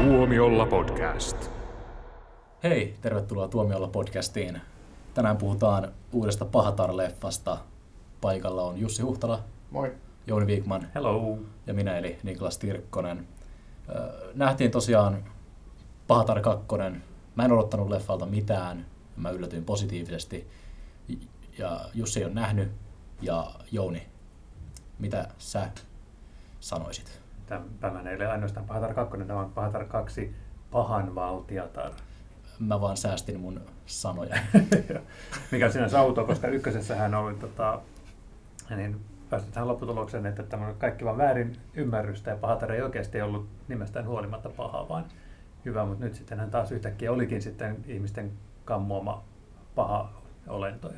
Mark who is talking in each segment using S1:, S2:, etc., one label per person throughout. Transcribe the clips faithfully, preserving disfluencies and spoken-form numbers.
S1: Tuomiolla podcast.
S2: Hei, tervetuloa Tuomiolla podcastiin. Tänään puhutaan uudesta Pahatar-leffasta. Paikalla on Jussi Huhtala.
S3: Moi.
S2: Jouni Viikman.
S4: Hello.
S2: Ja minä eli Niklas Tirkkonen. Nähtiin tosiaan Pahatar kaksi. Mä en odottanut leffalta mitään. Mä yllätyin positiivisesti. Ja Jussi ei ole nähnyt. Ja Jouni, mitä sä sanoisit?
S4: Tämä ei ole ainoastaan Pahatar kaksi, tämä on Pahatar kaksi Pahan valtiatar.
S2: Mä vaan säästin mun sanoja.
S4: Mikä on sinänsä auto, koska ykkösessähän oli tota, niin päästy tähän lopputulokseen, että tämä on kaikki vaan väärin ymmärrystä ja Pahatar ei oikeasti ollut nimestään huolimatta paha, vaan hyvä, mutta nyt sitten hän taas yhtäkkiä olikin sitten ihmisten kammoama paha olentoja.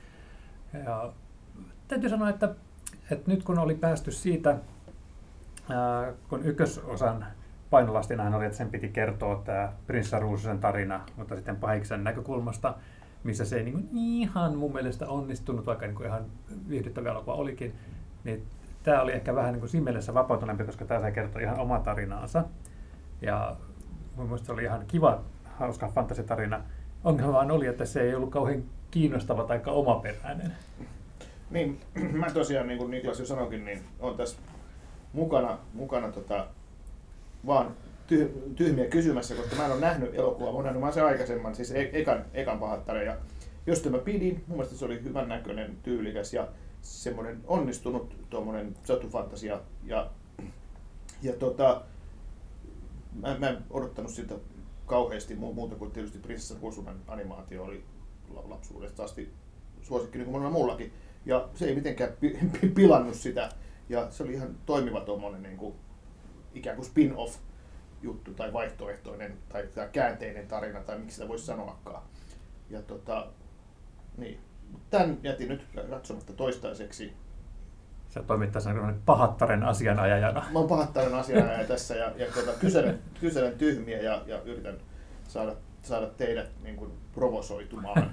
S4: Ja täytyy sanoa, että, että nyt kun oli päästy siitä, ää, kun ykkösosan painolastinahan oli, että sen piti kertoa tämä Prinssa Ruususen tarina, mutta sitten pahiksen näkökulmasta, missä se ei niin ihan mun mielestä onnistunut, vaikka niin ihan viihdyttävä elokuva olikin, niin tämä oli ehkä vähän niin siinä mielessä vapautuneempi, koska tämä sai kertoa ihan oma tarinaansa. Ja mun mielestä se oli ihan kiva, hauska fantasiatarina. Ongelma vaan oli, että se ei ollut kauhean kiinnostava tai omaperäinen.
S3: Niin, mä tosiaan, niin kuin Niklas jo sanoikin, niin olen tässä mukana, mukana tota, vaan tyh, tyhmiä kysymässä, koska mä en ole nähnyt elokuvaa, mä olen nähnyt sen aikaisemman, siis e- ekan, ekan Pahattaren, ja josta mä pidin, mun mielestä se oli hyvän näköinen, tyylikäs ja semmoinen onnistunut tuommoinen satufantasia, ja, ja tota, mä, mä en odottanut sitä kauheasti muuta kuin tietysti Prinsessa Ruusunen animaatio oli lapsuudesta asti suosikki niin kuin monella muullakin. Ja se ei mitenkään pilannut sitä. Ja se oli ihan toimiva tuommoinen niin kuin ikään kuin spin-off juttu tai vaihtoehtoinen tai, tai käänteinen tarina tai miksi sitä voisi sanoakaan. Ja tota, niin. Tämän jätin nyt katsomatta toistaiseksi.
S4: Sä toimit tässä Pahattaren asianajajana.
S3: Mä oon Pahattaren asianajaja tässä ja, ja tota, kyselen, kyselen tyhmiä ja, ja yritän saada, saada teidät niin kuin provosoitumaan.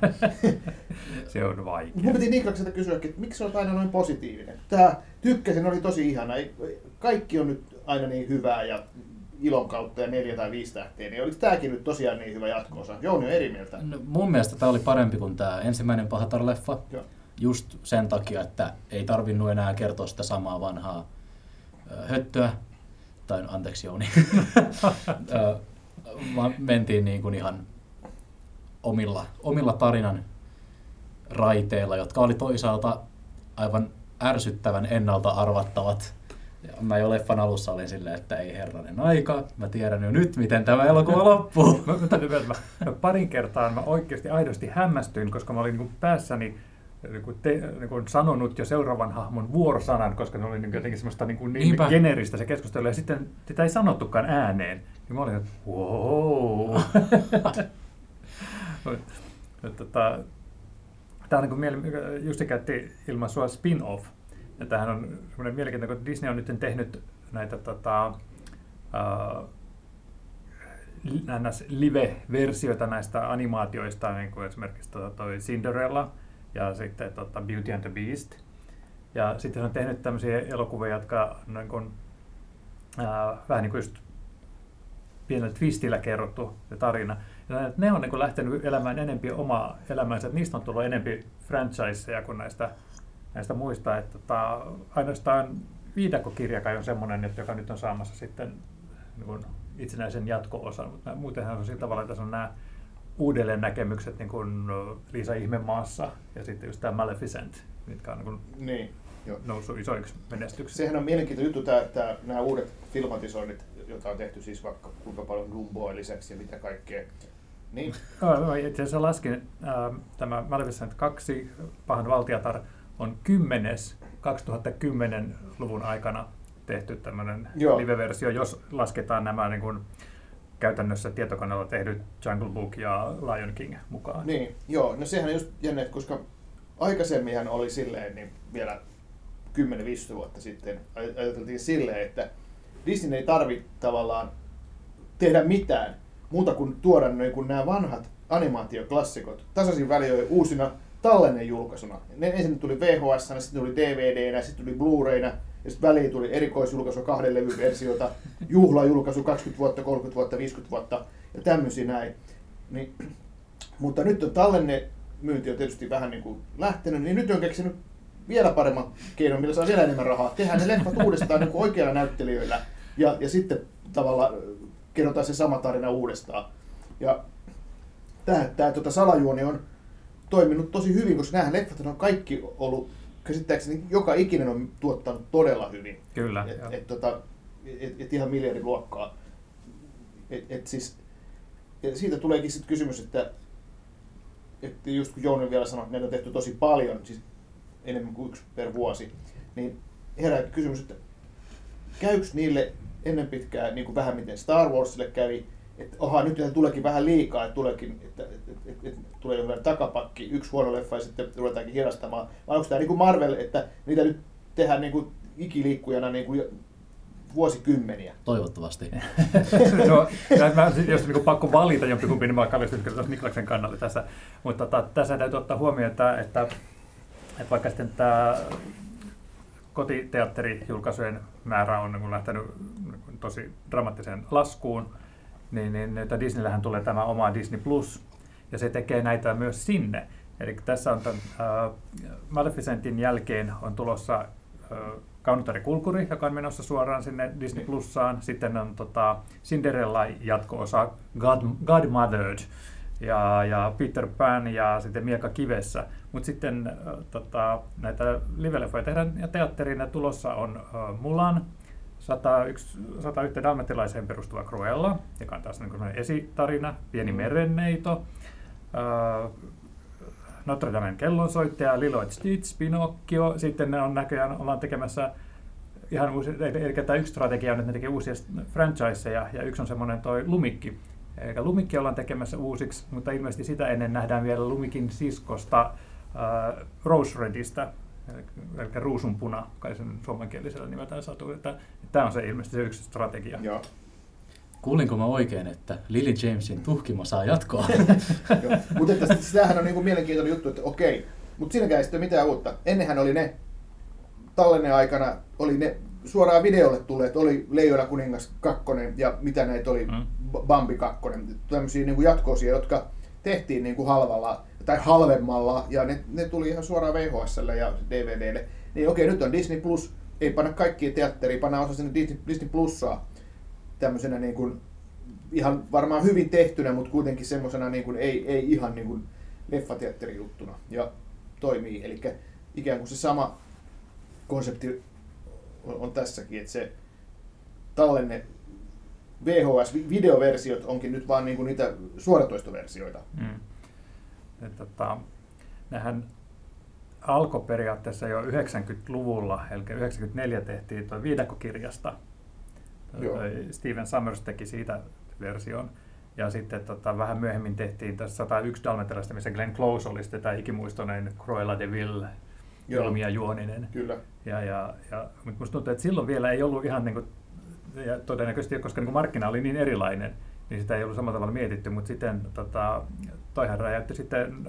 S4: Se on vaikea.
S3: Mun piti Niklakselta kysyä, että miksi olet aina noin positiivinen? Tää tykkäsin, oli tosi ihana. Kaikki on nyt aina niin hyvää ja ilon kautta ja neljä tai viisi tähteä. Niin oliko tääkin nyt tosiaan niin hyvä jatko-osa? Jouni on eri mieltä.
S2: No, mun mielestä tää oli parempi kuin tää ensimmäinen Pahatar-leffa.
S3: Joo. Just
S2: sen takia, että ei tarvinnut enää kertoa sitä samaa vanhaa höttöä, tai anteeksi Jouni, vaan mentiin niin kuin ihan omilla, omilla tarinan raiteilla, jotka oli toisaalta aivan ärsyttävän ennalta arvattavat. Ja mä jo leffan alussa olin silleen, että ei herranen aika, mä tiedän jo nyt, miten tämä elokuva loppuu.
S4: mä, mä, mä, parin kertaan mä oikeasti aidosti hämmästyin, koska mä olin niin kuin päässäni niin kuin te, niin kuin sanonut jo seuraavan hahmon vuorosanan, koska ne oli niin jotenkin semmoista niin, kuin niin geneeristä se keskustelu, ja sitten sitä ei sanottukaan ääneen. Ja mä olin, että wow. tota, tämä on niin kuin, Jussi käytti ilmaisua spin-off. Ja tämähän on semmoinen mielenkiintoinen, kun Disney on nyt tehnyt näitä tota, uh, live-versioita näistä animaatioista, niin kuin esimerkiksi tota, toi Cinderella, ja sitten tota, Beauty and the Beast. Ja sitten on tehnyt tämmöisiä elokuvia, jotka on niin kuin, ää, vähän niin kuin just pienellä twistillä kerrottu se tarina. Ja ne on niin kuin lähtenyt elämään enempi omaa elämäänsä, että niistä on tullut enempi franchiseja kuin näistä, näistä muista. Että, tota, ainoastaan Viidakko-kirja kai on semmoinen, että joka nyt on saamassa sitten niin kuin itsenäisen jatko-osan. Mutta muutenhan on sillä tavalla, että tässä on nämä uudelleen näkemykset niin kuin Liisa Ihmemaassa ja sitten just tämä Maleficent, mitkä on niin kuin
S3: niin,
S4: noussut isoiksi menestyksiksi.
S3: Sehän on mielenkiintoinen juttu, tämä, tämä, nämä uudet filmatisoinnit, joita on tehty siis vaikka kuinka paljon Dumboa lisäksi ja mitä kaikkea. Niin.
S4: No, itse asiassa laskin, äh, tämä Maleficent kaksi, Pahan valtiatar, on kymmenes kaksituhattakymmenen-luvun aikana tehty tämmöinen live-versio, jos lasketaan nämä niin kuin käytännössä tietokoneella tehdyt Jungle Book ja Lion King mukaan.
S3: Niin, joo. No sehän on just jännä, koska aikaisemminhan oli silleen, niin vielä kymmenen viisitoista vuotta sitten ajateltiin silleen, että Disney ei tarvitse tavallaan tehdä mitään muuta kuin tuoda niin kuin nämä vanhat animaatioklassikot tasaisin väliin uusina tallennejulkaisuna. Ne ensin tuli V H S, sitten tuli D V D-nä, sitten tuli Blu-rayna ja sitten väliin tuli erikoisjulkaisu, kahden levyn versiota, juhlajulkaisu kaksikymmentä vuotta, kolmekymmentä vuotta, viisikymmentä vuotta ja tämmöisiä näin. Niin, mutta nyt on tallenne myynti on tietysti vähän niin kuin lähtenyt, niin nyt on keksinyt vielä paremman keinon, millä saa vielä enemmän rahaa. Tehdään ne leffat uudestaan niin kuin oikeilla näyttelijöillä ja, ja sitten tavallaan kerrotaan se sama tarina uudestaan. Ja tämä, tämä tuota, salajuoni on toiminut tosi hyvin, koska nämä leffat on kaikki ollut, käsittääkseni joka ikinen on tuottanut todella hyvin.
S4: Kyllä.
S3: Et, et, tota, et, et ihan miljardiluokkaa. Et, et siis, ja siitä tuleekin sitten kysymys, että, että just kun Jouni vielä sanoi, että näitä on tehty tosi paljon, siis enemmän kuin yksi per vuosi, niin herää kysymys, että käykö niille ennen pitkään niin kuin vähän miten Star Warsille kävi, että oha, nyt tuleekin vähän liikaa, että, tuleekin, että, että, että, että, että tulee joku takapakki, yksi huono leffa ja sitten ruvetaankin hirastamaan. Vai onko tämä niin kuin Marvel, että niitä nyt tehdään niin kuin ikiliikkujana niin kuin vuosikymmeniä?
S2: Toivottavasti.
S4: No, mä, jos niin pakko valita jompikumpi, niin mä kallistin Niklaksen kannalle tässä. Mutta tota, tässä täytyy ottaa huomioon, että, että, että vaikka sitten tämä kotiteatterijulkaisujen määrä on niin lähtenyt tosi dramaattiseen laskuun, niin, niin että Disneyllähän tulee tämä oma Disney Plus, ja se tekee näitä myös sinne. Eli tässä on tämän äh, Maleficentin jälkeen on tulossa äh, Kaunotar Kulkuri, joka on menossa suoraan sinne Disney Plussaan. Sitten on tota, Cinderella jatko-osa God, Godmothered ja, ja Peter Pan ja sitten Miekka kivessä. Mutta sitten äh, tota, näitä live-leffoja tehdään ja teatterina tulossa on äh, Mulan, sata yksi dalmatilaiseen perustuva Cruella, joka on taas niin kuin esitarina, Pieni merenneito, äh, Notre Damen kellonsoittaja, Lilo et Stitch, Pinocchio, sitten ne on näköjään, ollaan tekemässä ihan uusi, eli tämä yksi strategia on, että ne tekee uusia franchiseja, ja yksi on semmoinen toi Lumikki. Eli Lumikki ollaan tekemässä uusiksi, mutta ilmeisesti sitä ennen nähdään vielä Lumikin siskosta äh, Rose Redistä, eli ruusunpuna, kai sen suomenkielisellä nimeltään satu, että tämä on se ilmeisesti se yksi strategia.
S3: Joo.
S2: Kuulinko mä oikein, että Lily Jamesin tuhkimo saa jatkoa?
S3: Mutta tämähän on niinku mielenkiintoinen juttu, että okei, mutta siinäkään ei sitten mitään uutta. Ennenhän oli ne tallenne aikana, oli ne suoraan videolle tulleet, oli Leijona kuningas kakkonen ja mitä näitä oli, mm. Bambi kakkonen, tämmöisiä niinku jatko-osia, jotka tehtiin niinku halvalla tai halvemmalla ja ne, ne tuli ihan suoraan V H S:lle ja D V D:lle. Niin okei, nyt on Disney Plus, ei panna kaikkia teatteriin, panna osa sinne Disney, Disney Plussaa. Tämmöisenä niin kuin, ihan varmaan hyvin tehtynä, mutta kuitenkin semmoisena niin kuin, ei, ei ihan niin kuin leffateatterijuttuna ja toimii. Eli ikään kuin se sama konsepti on, on tässäkin, että se tallenne V H S-videoversiot onkin nyt vaan niin kuin niitä suoratoistoversioita. Mm.
S4: Tota, nehän alkoi periaatteessa jo yhdeksänkymmentäluvulla, eli yhdeksänkymmentäneljä tehtiin tuo viidakkokirjasta. Steven Sommers teki siitä version. Ja sitten tota, vähän myöhemmin tehtiin tässä sata yksi dalmatilaista, missä Glenn Close oli sitten tämä ikimuistoinen Cruella de Vil, Julmia Juoninen.
S3: Kyllä.
S4: Ja, ja, ja, mutta musta tuntuu, että silloin vielä ei ollut ihan, niin kuin, ja todennäköisesti, koska niin kuin markkina oli niin erilainen, niin sitä ei ollut samalla tavalla mietitty, mutta sitten tota, toihan räjäytti sitten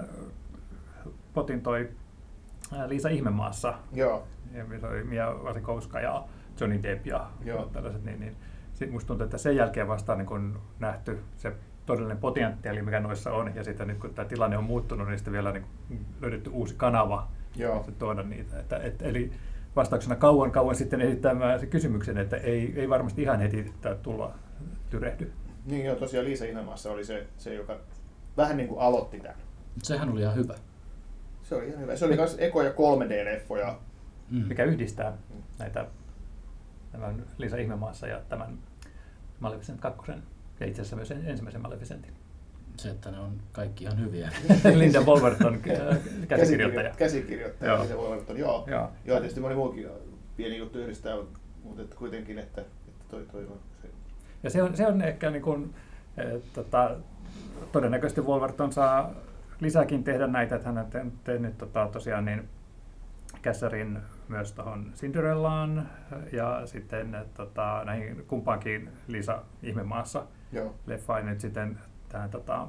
S4: potin toi Liisa Ihmemaassa.
S3: Joo.
S4: Ja se oli Mia Wasikowska ja Johnny Depp ja Joo. tällaiset, niin, niin musta tuntuu, että sen jälkeen vasta on niin kun nähty se todellinen potentiaali, mikä noissa on, ja sitten nyt kun tämä tilanne on muuttunut, niin sitten vielä niin löydetty uusi kanava tuoda niitä. Että, et, eli vastauksena kauan kauan sitten esittämään se kysymyksen, että ei, ei varmasti ihan heti tulla tyrehdy.
S3: Niin joo, tosiaan Liisa Ihmemaassa oli se, se, joka vähän niin kuin aloitti tämän.
S2: Sehän oli ihan hyvä.
S3: Se oli ihan hyvä. Se oli myös ekoja kolme D-leffoja.
S4: Mm. Mikä yhdistää näitä tämän Liisa Ihmemaassa ja tämän Maleficent kakkosen ja itse asiassa myös ensimmäisen Maleficentin.
S2: Se, että ne on kaikki ihan hyviä.
S4: Linda Wolverton käsikirjoittaja.
S3: Käsikirjoittaja, Linda Wolverton, joo. Joo, joo tietysti moni muukin pieni juttu yhdistää, mutta että kuitenkin, että, että toi, toi on se.
S4: Ja se on, se on ehkä niin kuin, et, tota, todennäköisesti Wolverton saa lisääkin tehdä näitä, että hän on tehnyt tota, tosiaan niin Kässärin myös tuohon Cinderellaan ja sitten tota, näihin kumpaankin Liisa Ihmemaassa leffaan nyt sitten tähän tota,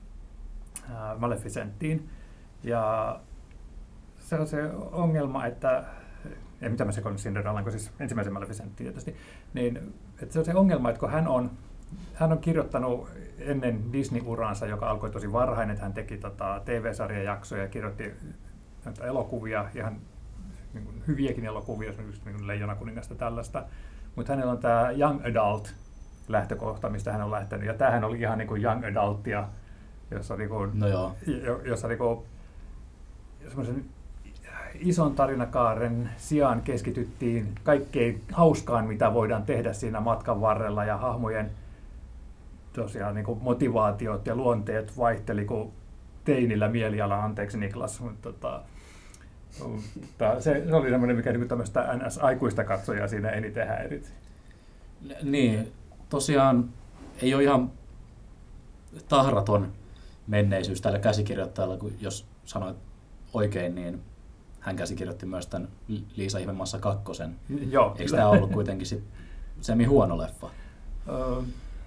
S4: ää, Maleficenttiin. Ja se on se ongelma, että ei mitä mä sekoilin Cinderellaan, kun siis ensimmäisen Maleficentin tietysti, niin että se on se ongelma, että kun hän on, hän on kirjoittanut ennen Disney-uraansa, joka alkoi tosi varhain, että hän teki tota, T V-sarjajaksoja ja kirjoitti elokuvia, ihan niin kuin hyviäkin elokuvia, esimerkiksi niin Leijona kuningasta tällaista, mutta hänellä on tämä young adult lähtökohta, mistä hän on lähtenyt, ja tämähän oli ihan niin kuin young adultia, jossa, niin kuin,
S2: no joo.
S4: jossa niin kuin, semmoisen ison tarinakaaren sijaan keskityttiin kaikkein hauskaan, mitä voidaan tehdä siinä matkan varrella, ja hahmojen tosiaan niin kuin motivaatiot ja luonteet vaihteli kuin teinillä mieliala, anteeksi Niklas, mutta tota, se, se oli semmoinen, mikä niin tämmöistä N S-aikuista katsojaa siinä eniten häiritsi.
S2: Niin, tosiaan ei ole ihan tahraton menneisyys tällä käsikirjoittajalla, kun jos sanoit oikein, niin hän käsikirjoitti myös tämän Liisa Ihmemassa kakkosen.
S4: Joo,
S2: eikö tämä ollut kuitenkin sit semmin huono leffa?
S4: Öö,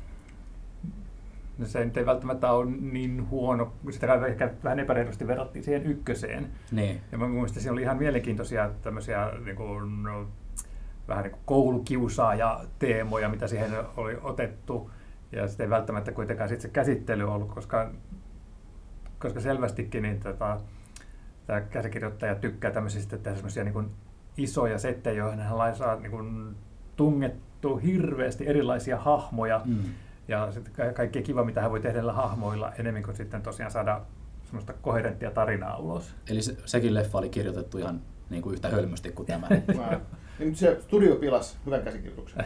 S4: no se ei välttämättä ole niin huono, sitä ehkä vähän epäreilusti verrattiin siihen ykköseen.
S2: Niin.
S4: Ja mä muistin, siinä oli ihan mielenkiintoisia tämmöisiä niin kuin, no, vähän niin kuin koulukiusaaja-teemoja, mitä siihen oli otettu. Ja sitten ei välttämättä kuitenkaan sit se käsittely ollut, koska, koska selvästikin niin, tota, tämä käsikirjoittaja tykkää tämmöisistä semmoisia niin kuin isoja settejä, joihin hän saa niin kuin tungettu hirveästi erilaisia hahmoja. Mm. Ja sitten kaikki kiva, mitä hän voi tehdä näillä hahmoilla, enemmän kuin sitten tosiaan saada semmoista koherenttia tarinaa ulos.
S2: Eli se, sekin leffa oli kirjoitettu ihan niin kuin yhtä hölmösti kuin tämä.
S3: Niin se studio pilas hyvän käsikirjoituksen.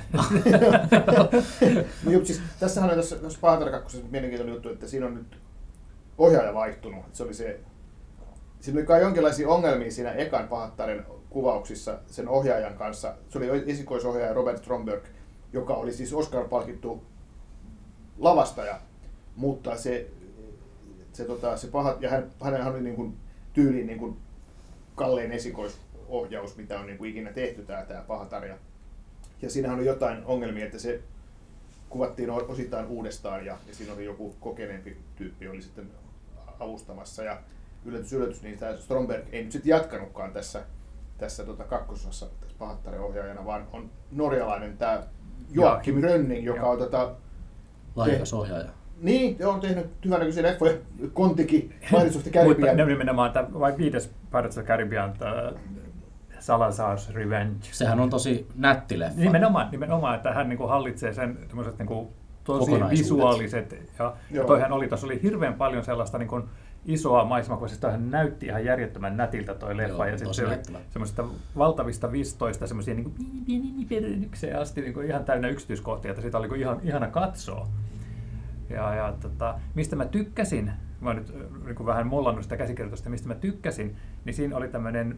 S3: No, jup, siis, tässähän on tässä, tässä Pahatar kakkosessa mielenkiintoinen juttu, että siinä on nyt ohjaaja vaihtunut. Se oli se, siinä oli kai jonkinlaisia ongelmia siinä ekan Pahatarin kuvauksissa sen ohjaajan kanssa. Se oli esikoisohjaaja Robert Stromberg, joka oli siis Oscar-palkittu lavastaja, mutta se, se, tota, se paha, ja hän, hänellä oli niin kuin tyyliin niin kuin kallein esikoisohjaus, mitä on niin kuin ikinä tehty tämä, tämä Pahatar. Ja, ja siinähän oli jotain ongelmia, että se kuvattiin osittain uudestaan ja, ja siinä oli joku kokeneempi tyyppi oli sitten avustamassa. Ja yllätys, yllätys, niin tämä Stromberg ei nyt sitten jatkanutkaan tässä, tässä tota kakkososassa tässä Pahatarin ohjaajana, vaan on norjalainen tämä Joakim Rönning, joka on tota,
S2: lahjakas ohjaaja.
S3: Niin, on tehnyt hyvänäköisiä leffoja. Kontiki, Pirates of the Caribbean.
S4: Mutta nimenomaan tämä vai viides Pirates of the Caribbean, Salazar's Revenge.
S2: Sehän on tosi nätti leffa.
S4: Nimenomaan, nimenomaan että hän niinku hallitsee sen niinku tosi visuaaliset. Ja, ja toihan oli, tuossa oli hirveän paljon sellaista niinku isoa maisemakuvaa, hän näytti ihan järjettömän nätiltä toi leffa. Joo, ja sitten se oli semmoisista valtavista vistoista, semmoisia niinku pienikseen asti niinku ihan täynnä yksityiskohtia, että siitä oli niinku ihan, ihana katsoa. Ja, ja tota, mistä mä tykkäsin, mä oon nyt niin vähän mollannut sitä käsikirjoitusta, mistä mä tykkäsin, niin siinä oli tämmöinen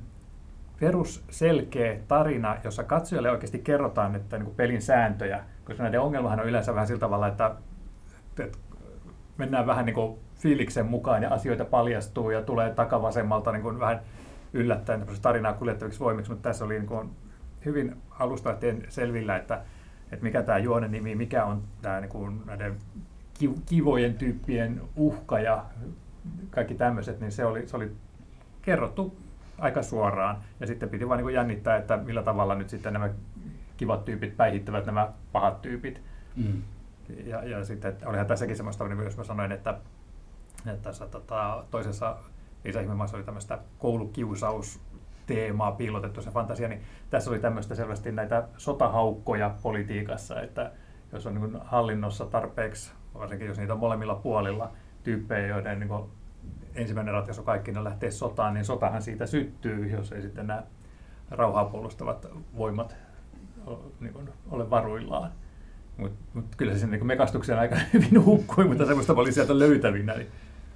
S4: perusselkeä tarina, jossa katsojalle oikeasti kerrotaan että niin kuin pelin sääntöjä, koska näiden ongelmahan on yleensä vähän sillä tavalla, että, että mennään vähän niin kuin fiiliksen mukaan ja asioita paljastuu ja tulee takavasemmalta niin kuin vähän yllättäen tarinaa kuljettaviksi voimiksi, mutta tässä oli niin kuin hyvin alusta lähtien selvillä, että, että mikä tämä juonen nimi, mikä on tämä niin kuin näiden kivojen tyyppien uhka ja kaikki tämmöiset, niin se oli, se oli kerrottu aika suoraan. Ja sitten piti vain niin jännittää, että millä tavalla nyt sitten nämä kivat tyypit päihittävät nämä pahat tyypit. Mm. Ja, ja sitten olihan tässäkin semmoista, jos mä sanoin, että, että tässä tota, toisessa Liisa Ihmemaassa oli tämmöistä koulukiusausteemaa piilotettu se fantasia, niin tässä oli tämmöistä selvästi näitä sotahaukkoja politiikassa, että jos on niin hallinnossa tarpeeksi, varsinkin jos niitä on molemmilla puolilla tyyppejä, joiden niin ensimmäinen ratkaisu kaikkina lähtee sotaan, niin sotahan siitä syttyy, jos ei sitten nämä rauhaa puolustavat voimat niin ole varuillaan. Mutta mut kyllä se sen niin mekastuksen aika hyvin hukkui, mutta semmoista oli sieltä löytävinä. Niin.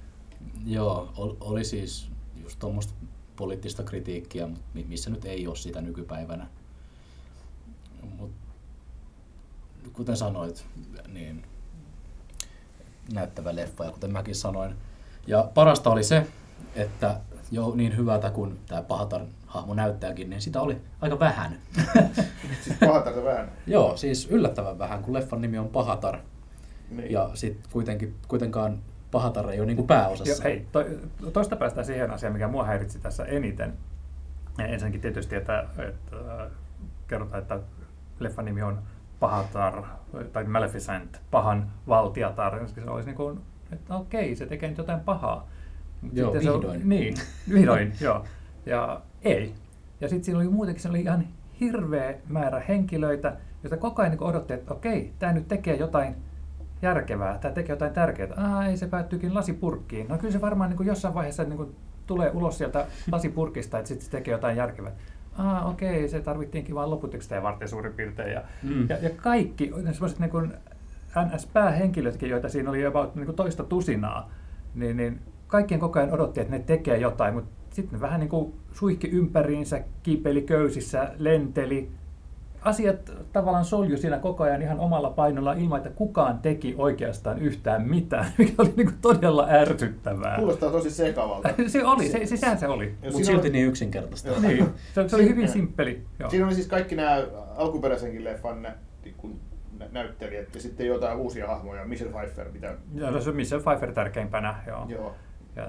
S2: Joo, oli siis just tuommoista poliittista kritiikkiä, missä nyt ei ole sitä nykypäivänä. Mut kuten sanoit, niin näyttävä leffa, ja kuten mäkin sanoin. Ja parasta oli se, että jo niin hyvältä kuin tämä Pahatar hahmo näyttääkin, niin sitä oli aika vähän.
S3: Siis Pahatarta vähän?
S2: Joo, siis yllättävän vähän, kun leffan nimi on Pahatar.
S3: Niin.
S2: Ja sitten kuitenkin, kuitenkaan Pahatar ei ole niin kuin pääosassa.
S4: Jo, hei, to, toista päästään siihen asiaan, mikä mua häiritsi tässä eniten. ensinnäkin tietysti, että, että kerrotaan, että leffan nimi on Pahatar, tai Maleficent, pahan valtiatar. Se olisi niin kuin, että okei, se tekee nyt jotain pahaa.
S2: Joo,
S4: sitten
S2: vihdoin.
S4: Se on, niin, vihdoin, joo. Ja ei. Ja sitten siinä oli muutenkin, se oli ihan hirveä määrä henkilöitä, joita koko ajan niin odotti, että okei, tämä nyt tekee jotain järkevää, tämä tekee jotain tärkeää. Ah, ei, se päättyykin lasipurkkiin. No kyllä se varmaan niin kuin jossain vaiheessa niin kuin tulee ulos sieltä lasipurkista, että sitten se tekee jotain järkevää. Ah, okei, se tarvittiinkin vain loputekstejä varten suurin piirtein. Ja, mm. ja, ja kaikki sellaiset niin kuin N S-päähenkilötkin, joita siinä oli about niin kuin toista tusinaa, niin, niin kaikkien koko ajan odotti, että ne tekee jotain, mutta sitten ne vähän niin kuin suihki ympäriinsä, kiipeili köysissä, lenteli. Asiat tavallaan solju siinä koko ajan ihan omalla painolla ilman, että kukaan teki oikeastaan yhtään mitään, mikä oli niin kuin todella ärsyttävää.
S3: Kuulostaa tosi sekavalta.
S4: Se oli, se, se, sehän se oli.
S2: Mutta silti oli niin yksinkertaista.
S4: Niin, se, se oli hyvin simppeli. Joo.
S3: Siinä oli siis kaikki nämä alkuperäisenkin leffan näyttelijät ja sitten jotain uusia hahmoja, Michelle Pfeiffer. Mitä...
S4: Ja se on Michelle Pfeiffer tärkeimpänä. Joo.
S3: Joo.
S4: Ja,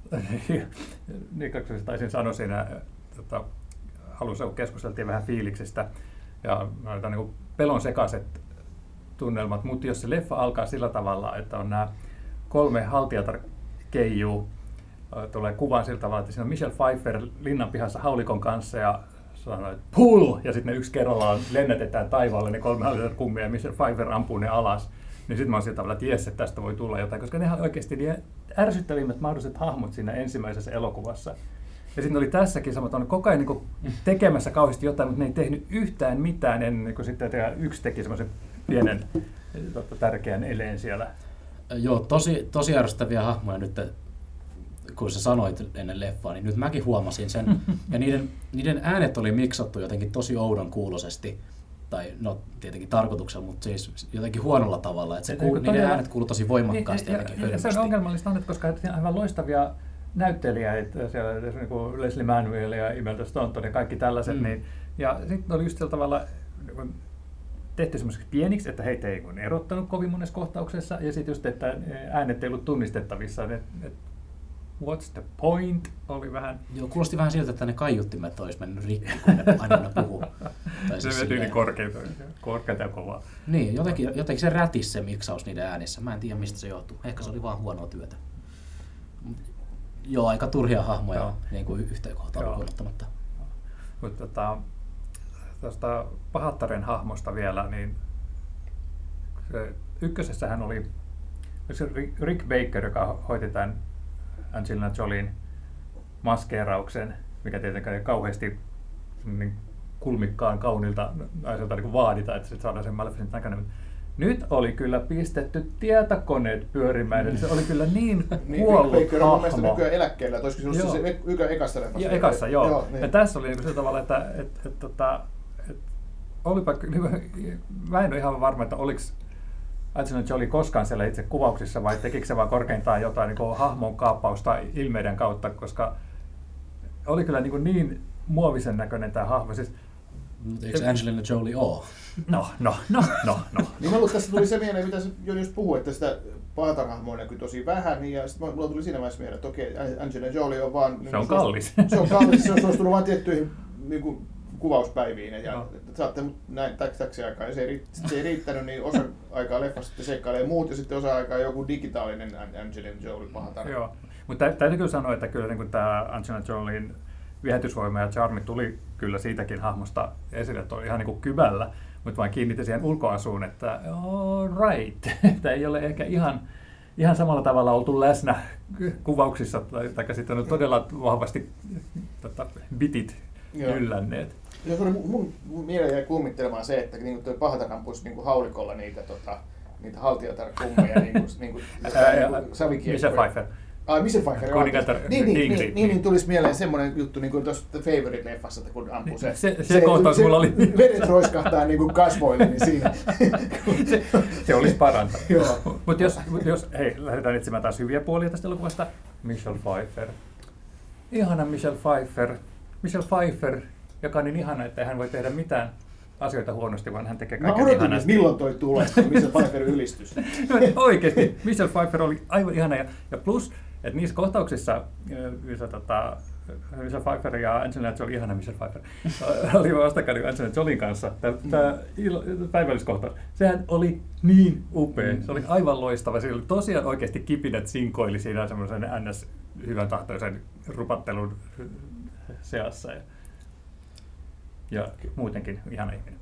S4: niin kuin taisin sanoa siinä, tota, alussa kun keskusteltiin vähän fiiliksistä, ja niin kuin pelon sekaiset tunnelmat, mutta jos se leffa alkaa sillä tavalla, että on nämä kolme haltijatar keijuu, tulee kuvaan sillä tavalla, että siinä on Michelle Pfeiffer linnan pihassa haulikon kanssa ja sanoo, että pull! Ja sitten ne yksi kerrallaan lennätetään taivaalle ne kolme haltijatar kummia ja Michelle Pfeiffer ampuu ne alas. Niin sitten mä oon sillä tavalla, että jes, että tästä voi tulla jotain, koska nehän oikeasti ne ärsyttävimmät mahdolliset hahmot siinä ensimmäisessä elokuvassa. Ja sitten oli tässäkin sama, että on koko ajan niin tekemässä kauheasti jotain, mutta ne ei tehnyt yhtään mitään ennen kuin sitten yksi teki semmoisen pienen totta, tärkeän eleen siellä.
S2: Joo, tosi, tosi ärsyttäviä hahmoja nyt, kun sä sanoit ennen leffaa, niin nyt mäkin huomasin sen. Ja niiden, niiden äänet oli miksattu jotenkin tosi oudon kuulosesti. Tai no tietenkin tarkoituksella, mutta siis jotenkin huonolla tavalla. Että se kuul, niiden todella, äänet kuuluu tosi voimakkaasti ja, jotenkin hölmösti.
S4: Se on ongelmallista, koska on aivan loistavia näyttelijöitä, siellä niin kuin Leslie Manville ja Imelda Staunton ja kaikki tällaiset. Mm. Niin, ja sitten oli just sillä tavalla niin tehty semmoiseksi pieniksi, että heitä ei erottanut kovin monessa kohtauksessa. Ja sitten just, että äänet ei ollut tunnistettavissa. Et, et, what's the point? Oli vähän...
S2: Joo, kuulosti vähän siltä, että ne kaiuttimet olisi mennyt rikki, kun ne aina puhuu.
S4: Se siis veti niin korkeita, korkeita ja kovaa.
S2: Niin, jotenkin, jotenkin se rätisi se miksaus niiden äänissä. Mä en tiedä, mistä se johtuu. Ehkä se oli vaan huonoa työtä. Joo, aika turhia hahmoja Joo. niin kuin yhteen kohtaan lukuun ottamatta.
S4: Mutta tota, tuosta Pahattaren hahmosta vielä, niin se, ykkösessähän oli se Rick Baker, joka hoiti tämän Angelina Jolien maskeerauksen, mikä tietenkään ei kauheasti niin kulmikkaan kaunilta naiselta niin vaadita, että saadaan sen Maleficent näköinen. Nyt oli kyllä pistetty tietokoneet pyörimään, mm. se oli kyllä niin kuollut
S3: niin, hahmo. Niin, on nykyään eläkkeellä, että olisiko se ollut se ykä, ekassa leffassa?
S4: Ja ekassa, joo. joo niin. Ja tässä oli niin sillä tavalla, että et, et, et, et, olipa, niin, mä en ole ihan varma, että oliko Angelina Jolie koskaan siellä itse kuvauksissa vai tekikö se vaan korkeintaan jotain niin hahmon kaappausta ilmeiden kautta, koska oli kyllä niin, niin muovisen näköinen tämä hahmo. Siis,
S2: eikö Angelina Jolie ole?
S4: No, no, no, no, no.
S3: Niin mulla tässä tuli se mieleen, mitä Joni just puhui, että sitä Pahatar-hahmoa näkyy tosi vähän, niin ja sitten mulla tuli siinä vaiheessa mieleen, että okei, Angelina Jolie on vaan...
S4: Se on kallis.
S3: Se on kallis, se on suostunut vaan tiettyihin niin kuin, kuvauspäiviin, ja no. Saatte näin täksi aikaa, ja se ei, se ei riittänyt, niin osa aikaa leffassa sitten seikkailee muut, ja sitten osa aikaa joku digitaalinen Angelina Jolie Pahatar.
S4: Joo, mutta täytyy kyllä sanoa, että kyllä niin tämä Angelina Jolien viehätysvoima ja charmi tuli kyllä siitäkin hahmosta esille, että oli ihan niin kuin kyvällä, mutta vain kiinnitin siihen ulkoasuun, että all right, että ei ole ehkä ihan, ihan samalla tavalla oltu läsnä kuvauksissa, tai, tai sitten on todella vahvasti tota, bitit Joo. yllänneet.
S3: Jos oli mun, mun mieleen jäi kummittelemaan se, että niin tuo Pahatar ampuisi niin haulikolla niitä, tota, niitä haltijatar-kummeja, niin kuin, niin kuin, niin savikiekkoja.
S4: Michelle Pfeiffer.
S3: Ai, Michelle Pfeiffer,
S4: Kuningatar
S3: niin, niin, niin, niin, niin tulisi mieleen semmoinen juttu, niin kuin tuossa The Favourite-leffassa, kun ampuu se.
S4: Se, se, se kohtaus mulla oli.
S3: Vedet roiskahtaa niin kuin kasvoille, niin siinä.
S4: se, se olisi parantanut. Mutta jos, jos, hei, lähdetään etsimään taas hyviä puolia tästä elokuvasta. Michelle Pfeiffer. Ihana Michelle Pfeiffer. Michelle Pfeiffer, joka on niin ihana, että hän voi tehdä mitään asioita huonosti, vaan hän tekee kaiken ihanasti. Mä odotin,
S3: milloin toi tulee, Michelle Pfeiffer ylistys.
S4: No, oikeasti, Michelle Pfeiffer oli aivan ihana. Ja, ja plus, että niissä kohtauksissa, missä tota, Michelle Pfeiffer ja Angelina Jolie, ihana Michelle Pfeiffer, oli vastakkain Angelina Jolien kanssa. Tämä päivälliskohtaus, sehän oli niin upea, se oli aivan loistava. Siinä oli tosiaan oikeasti kipinät sinkoili siinä semmoisen ns. Hyvän tahtoisen rupattelun seassa. Ja, ja muutenkin ihana ihminen.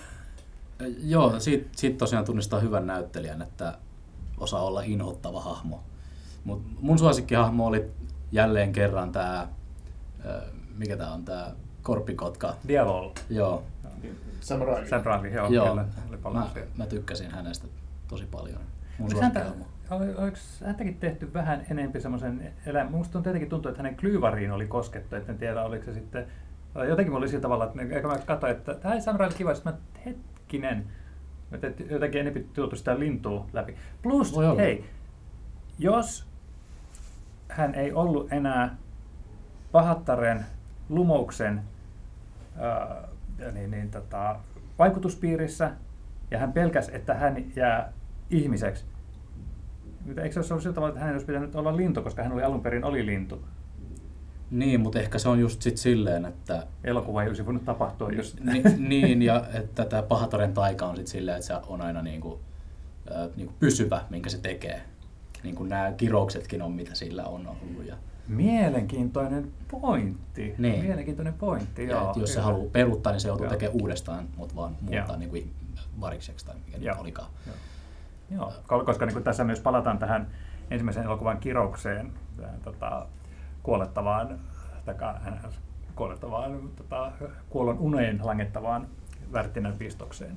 S2: Joo, siitä, siitä tosiaan tunnistaa hyvän näyttelijän, että osaa olla inhottava hahmo. Mut mun suosikkihahmo oli jälleen kerran tämä, mikä tää on, tää korppikotka.
S4: Diavol.
S2: Joo.
S4: Sam Raimi. Sam Raimi, joo.
S2: joo.
S4: Kyllä,
S2: mä, mä tykkäsin hänestä tosi paljon. Mun
S4: suosikkihahmo. Oliko häntäkin tehty vähän enemmän semmoisen elämän? Minusta tietenkin tuntuu, että hänen klyyvariin oli koskettu, et en tiedä oliko se sitten, jotenkin oli sillä tavalla, että mä katsoin, että tämä ei Sam Raimi kiva, että mä hetkinen, että jotenkin enemmän tuotu sitä lintua läpi. Plus, hei, jos hän ei ollut enää Pahattaren, Lumouksen ää, niin, niin, tota, vaikutuspiirissä ja hän pelkäsi, että hän jää ihmiseksi. Eikö se olisi ollut sillä tavalla, että hänen olisi pitänyt olla lintu, koska hän oli alun perin oli lintu?
S2: Niin, mutta ehkä se on just sit silleen, että...
S4: Elokuva ei olisi voinut tapahtua just...
S2: Ni, niin, ja että tämä Pahataren taika on sit silleen, että se on aina niinku, äh, niinku pysyvä, minkä se tekee. Niin kuin nämä kirouksetkin on, mitä sillä on ollut. Ja...
S4: Mielenkiintoinen pointti.
S2: Niin.
S4: Mielenkiintoinen pointti,
S2: ja
S4: joo.
S2: Jos se haluaa peruuttaa, niin se joutuu tekemään uudestaan, mutta vaan muuttaa niin kuin varikseksi tai mikä nyt olikaan.
S4: Joo. Joo, koska niin tässä myös palataan tähän ensimmäisen elokuvan kiroukseen, tähän, tota, kuolettavaan, taka, kuolettavaan tota, kuollon uneen langettavaan Värttinän pistokseen.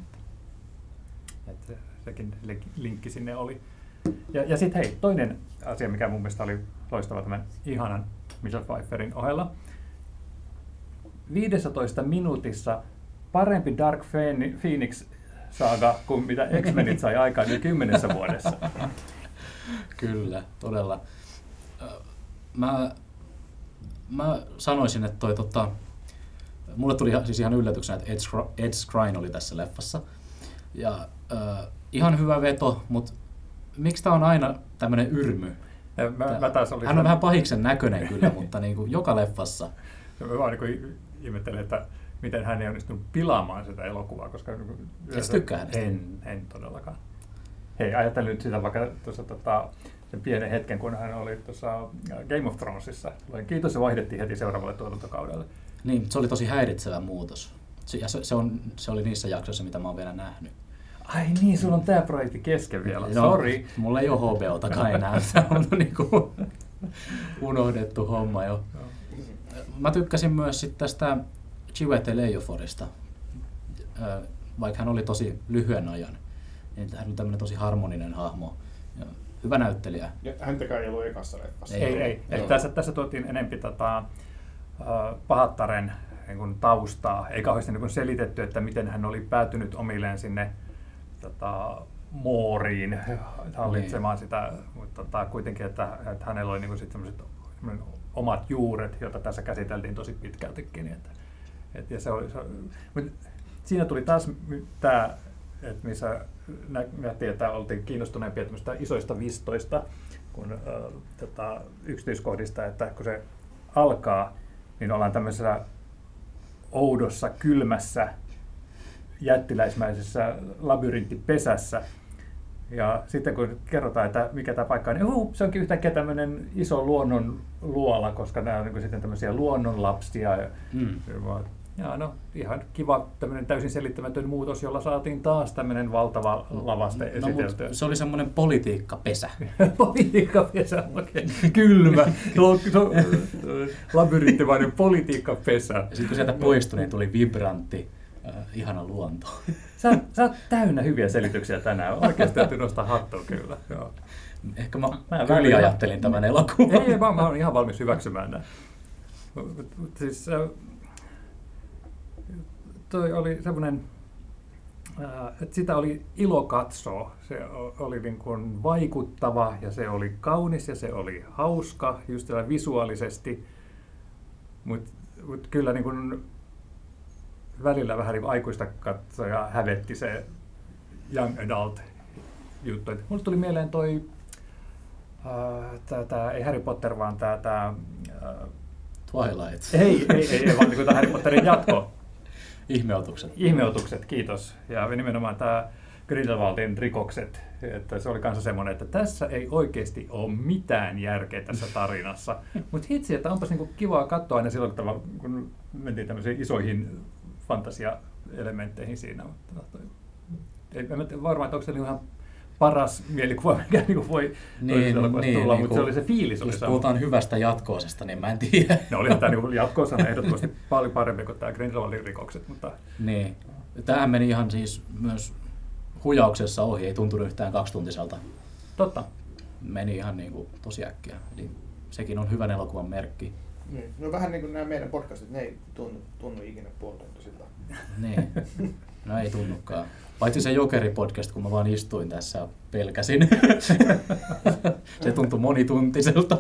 S4: Et se, sekin linkki sinne oli. Ja, ja sitten hei, toinen asia, mikä mun mielestä oli loistava tämän ihanan Michelle Pfeifferin ohella. viisitoista minuutissa parempi Dark Phoenix-saaga kuin mitä X-Menit sai aikaan yli kymmenessä vuodessa.
S2: Kyllä, todella. Mä, mä sanoisin, että toi, tota, mulle tuli siis ihan yllätyksenä, että Ed Skrein oli tässä leffassa. Ja äh, ihan hyvä veto, mutta miksi tää on aina tämmönen yrmy?
S4: Mä, mä taas
S2: Hän on vähän pahiksen näköinen kyllä, mutta niin kuin joka leffassa.
S4: Mä vaan niin ihmettelen, että miten hän ei onnistunut pilaamaan sitä elokuvaa, koska...
S2: Et tykkää hänestä?
S4: En, en todellakaan. Hei, ajattelin nyt sitä vaikka tuossa tota, sen pienen hetken, kun hän oli tuossa Game of Thronesissa. Kiitos, se vaihdettiin heti seuraavalle tuotantokaudelle.
S2: Niin, se oli tosi häiritsevä muutos. Se, ja se, se, on, se oli niissä jaksoissa, mitä mä oon vielä nähnyt.
S4: Ai niin, sulla on tää projekti kesken vielä,
S2: no,
S4: sori.
S2: Mulla ei ole H B Otakaan enää, se on niinku unohdettu homma jo. Mä tykkäsin myös sit tästä Chiwetel Ejioforista, vaikka hän oli tosi lyhyen ajan. Niin hän oli tämmönen tosi harmoninen hahmo. Ja hyvä näyttelijä.
S3: Ja häntäkään ei ollut ekassa leffassa.
S4: Ei, ei. ei. Tässä, tässä tuotiin enempi tota, Pahattaren niin taustaa, ei kauheasti niin selitetty, että miten hän oli päätynyt omilleen sinne tota, mooriin hallitsemaan niin. sitä, mutta tota, kuitenkin, että, että hänellä oli niin sit sellaiset omat juuret, joita tässä käsiteltiin tosi pitkältikin. Että, et, ja se oli, se, mutta siinä tuli taas tämä, että missä nähtiin, että oltiin kiinnostuneempia isoista vistoista kuin äh, tota, yksityiskohdista, että kun se alkaa, niin ollaan tämmöisessä oudossa, kylmässä, jättiläismäisessä labyrinttipesässä. Ja sitten kun kerrotaan, että mikä tämä paikka on, niin uh, se onkin yhtäkkiä tämmöinen iso luonnon luola, koska nämä on niin sitten tämmöisiä luonnonlapsia. Ja, mm. ja no, ihan kiva tämmöinen täysin selittämätön muutos, jolla saatiin taas tämmöinen valtava lavaste no, esiteltyä.
S2: No, se oli semmoinen politiikkapesä.
S4: Politiikkapesä, okei. Okay. Kylmä, labyrinttimainen politiikkapesä.
S2: Ja sitten kun sieltä poistui, niin tuli vibrantti. Äh, ihana luonto.
S4: Sä, sä oot täynnä hyviä selityksiä tänään. Oikeasti täytyy nostaa hattua kyllä. Joo.
S2: Ehkä mä, mä kyllä ajattelin tämän elokuvan.
S4: Ei, mä, mä oon ihan valmis hyväksymään näin. Siis, toi oli semmoinen, että sitä oli ilo katsoa. Se oli niin kuin vaikuttava ja se oli kaunis ja se oli hauska just visuaalisesti. Mutta mut kyllä niin kuin välillä vähän niin aikuista katsoja hävetti se young adult juttu. Et mulle tuli mieleen toi, äh, tää, tää, ei Harry Potter, vaan tämä tää, äh,
S2: Twilight.
S4: Ei, ei, ei, ei vaan niin kuin Harry Potterin jatko.
S2: Ihmeotukset.
S4: Ihmeotukset, kiitos. Ja nimenomaan tämä Grindelwaldin rikokset, että se oli kanssa semmoinen, että tässä ei oikeasti ole mitään järkeä tässä tarinassa. Mutta hitsi, että onpas niinku kivaa katsoa aina silloin tavalla, kun mentiin tämmöisiin isoihin fantasia-elementteihin siinä. En tiedä varmaan, että onko se ihan paras mielikuva, mikä niinku voi
S2: niin,
S4: tulla,
S2: niin,
S4: mutta
S2: niin,
S4: se oli se fiilis.
S2: Jos puhutaan hyvästä jatko-osasta, niin mä en tiedä.
S4: No olihan tämä niinku jatko-osana ehdottomasti paljon parempi kuin tämä Grindelwaldin rikokset. Mutta...
S2: Niin. Tämähän meni ihan siis myös hujauksessa ohi, ei tuntunut yhtään kaksituntiselta.
S4: Totta.
S2: Meni ihan niin kuin tosi äkkiä. Eli sekin on hyvän elokuvan merkki.
S3: Niin. No vähän niin kuin nämä meidän podcastit, ne ei tunnu, tunnu ikinä puolituntisilta.
S2: Niin. No ei tunnukaan. Paitsi se Jokeri-podcast, kun mä vaan istuin tässä ja pelkäsin. Se tuntui monituntiselta.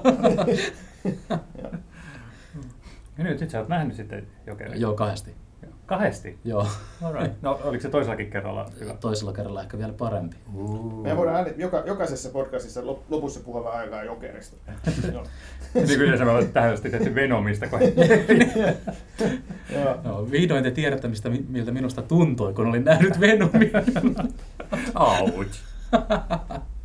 S4: Ja nyt sit sä oot nähnyt sitten Jokerin?
S2: Joo, kahdesti.
S4: Kahdesti?
S2: Joo.
S4: Alright. No oliko se toisellakin kerralla hyvä?
S2: Toisella kerralla ehkä vielä parempi.
S4: Uh.
S3: Me voidaan aina, joka, jokaisessa podcastissa lopussa puhua vähän aikaa Jokerista.
S4: Niin kyllä se me ollaan tähän asti tehty Venomista.
S2: No, vihdoin te tiedätte, mistä, miltä minusta tuntui, kun olin nähnyt Venomia.
S4: Ouch.